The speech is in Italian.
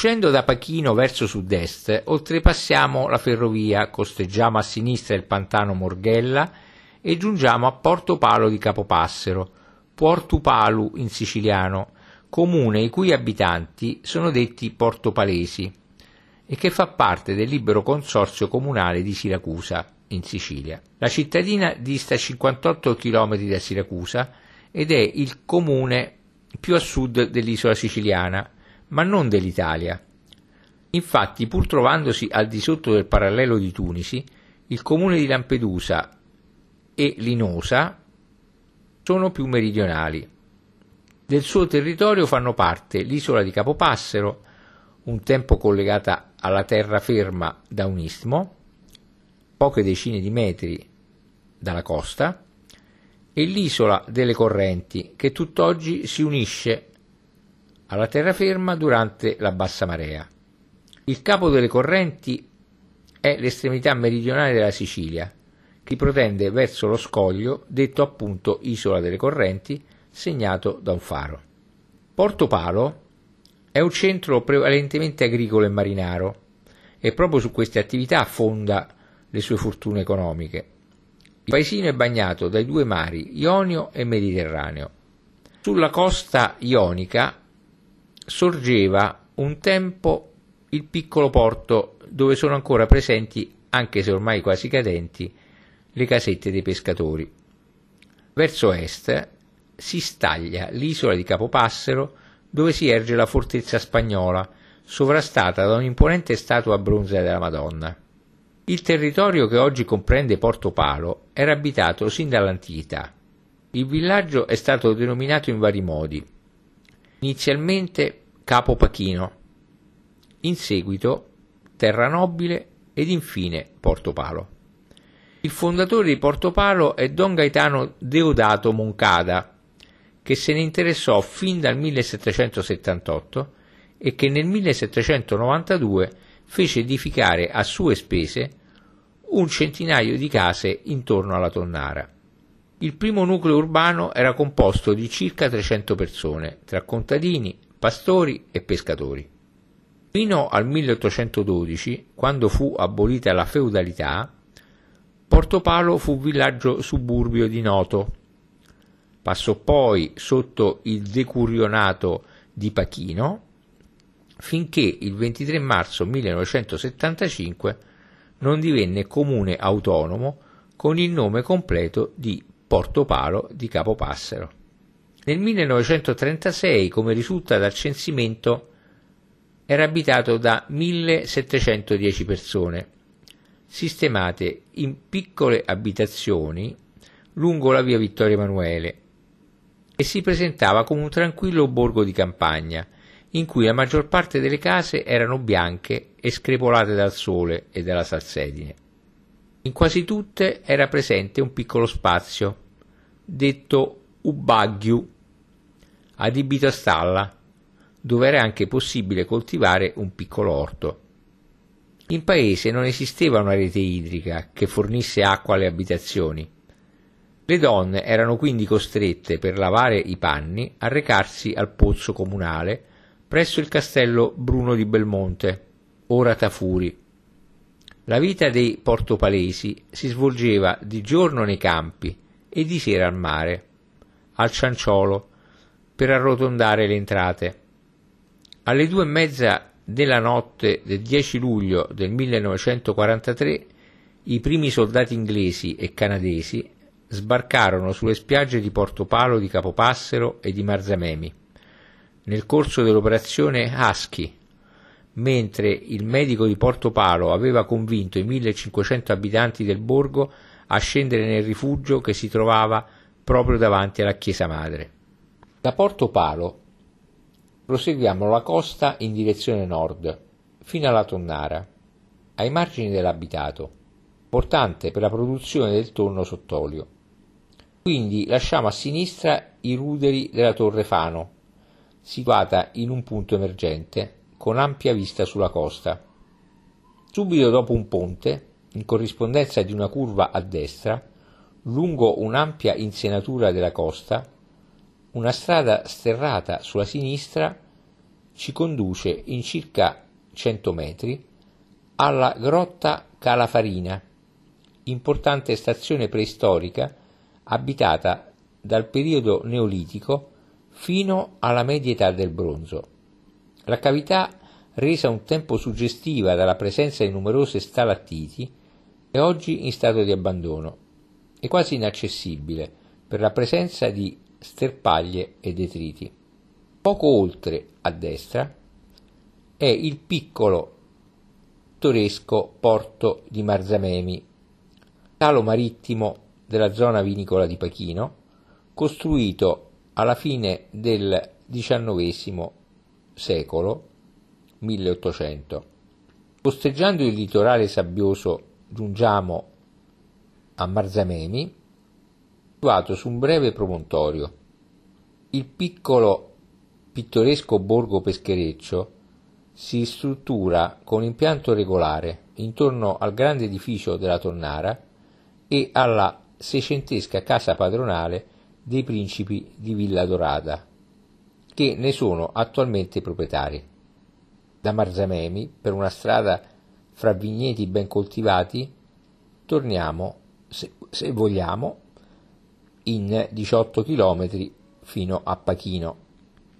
Uscendo da Pachino verso sud-est, oltrepassiamo la ferrovia, costeggiamo a sinistra il pantano Morghella e giungiamo a Porto Palo di Capopassero, Portupalu in siciliano, comune i cui abitanti sono detti portopalesi e che fa parte del libero consorzio comunale di Siracusa, in Sicilia. La cittadina dista 58 km da Siracusa ed è il comune più a sud dell'isola siciliana, ma non dell'Italia. Infatti, pur trovandosi al di sotto del parallelo di Tunisi, il comune di Lampedusa e Linosa sono più meridionali. Del suo territorio fanno parte l'isola di Capopassero, un tempo collegata alla terraferma da un istmo, poche decine di metri dalla costa, e l'isola delle Correnti, che tutt'oggi si unisce alla terraferma durante la bassa marea. Il capo delle Correnti è l'estremità meridionale della Sicilia, che protende verso lo scoglio, detto appunto Isola delle Correnti, segnato da un faro. Porto Palo è un centro prevalentemente agricolo e marinaro, e proprio su queste attività fonda le sue fortune economiche. Il paesino è bagnato dai due mari, Ionio e Mediterraneo. Sulla costa ionica sorgeva un tempo il piccolo porto dove sono ancora presenti, anche se ormai quasi cadenti, le casette dei pescatori. Verso est si staglia l'isola di Capopassero, dove si erge la fortezza spagnola, sovrastata da un'imponente statua bronzea della Madonna. Il territorio che oggi comprende Porto Palo era abitato sin dall'antichità. Il villaggio è stato denominato in vari modi. Inizialmente Capo Pachino, in seguito Terra Nobile ed infine Porto Palo. Il fondatore di Porto Palo è Don Gaetano Deodato Moncada, che se ne interessò fin dal 1778 e che nel 1792 fece edificare a sue spese un centinaio di case intorno alla Tonnara. Il primo nucleo urbano era composto di circa 300 persone, tra contadini, pastori e pescatori. Fino al 1812, quando fu abolita la feudalità, Porto Palo fu villaggio suburbio di Noto. Passò poi sotto il decurionato di Pachino, finché il 23 marzo 1975 non divenne comune autonomo con il nome completo di Porto Palo di Capopassero. Nel 1936, come risulta dal censimento, era abitato da 1710 persone, sistemate in piccole abitazioni lungo la via Vittorio Emanuele, e si presentava come un tranquillo borgo di campagna, in cui la maggior parte delle case erano bianche e screpolate dal sole e dalla salsedine. In quasi tutte era presente un piccolo spazio, detto Ubagghiu, adibito a stalla, dove era anche possibile coltivare un piccolo orto. In paese non esisteva una rete idrica che fornisse acqua alle abitazioni. Le donne erano quindi costrette, per lavare i panni, a recarsi al pozzo comunale presso il castello Bruno di Belmonte, ora Tafuri. La vita dei portopalesi si svolgeva di giorno nei campi e di sera al mare, al cianciolo, per arrotondare le entrate. Alle 2:30 della notte del 10 luglio del 1943 i primi soldati inglesi e canadesi sbarcarono sulle spiagge di Porto Palo di Capopassero e di Marzamemi nel corso dell'operazione Husky, mentre il medico di Porto Palo aveva convinto i 1500 abitanti del borgo a scendere nel rifugio che si trovava proprio davanti alla chiesa madre. Da Porto Palo proseguiamo la costa in direzione nord, fino alla Tonnara, ai margini dell'abitato, importante per la produzione del tonno sott'olio. Quindi lasciamo a sinistra i ruderi della Torre Fano, situata in un punto emergente, con ampia vista sulla costa. Subito dopo un ponte, in corrispondenza di una curva a destra, lungo un'ampia insenatura della costa, una strada sterrata sulla sinistra ci conduce in circa 100 metri alla grotta Calafarina, importante stazione preistorica abitata dal periodo neolitico fino alla media età del bronzo. La cavità, resa un tempo suggestiva dalla presenza di numerose stalattiti, è oggi in stato di abbandono e quasi inaccessibile per la presenza di sterpaglie e detriti. Poco oltre a destra è il piccolo pittoresco porto di Marzamemi, calo marittimo della zona vinicola di Pachino, costruito alla fine del XIX secolo, 1800. Costeggiando il litorale sabbioso giungiamo a Marzamemi, situato su un breve promontorio. Il piccolo pittoresco borgo peschereccio si struttura con impianto regolare intorno al grande edificio della Tonnara e alla seicentesca casa padronale dei principi di Villa Dorata, che ne sono attualmente proprietari. Da Marzamemi, per una strada fra vigneti ben coltivati, torniamo, se vogliamo, in 18 km fino a Pachino.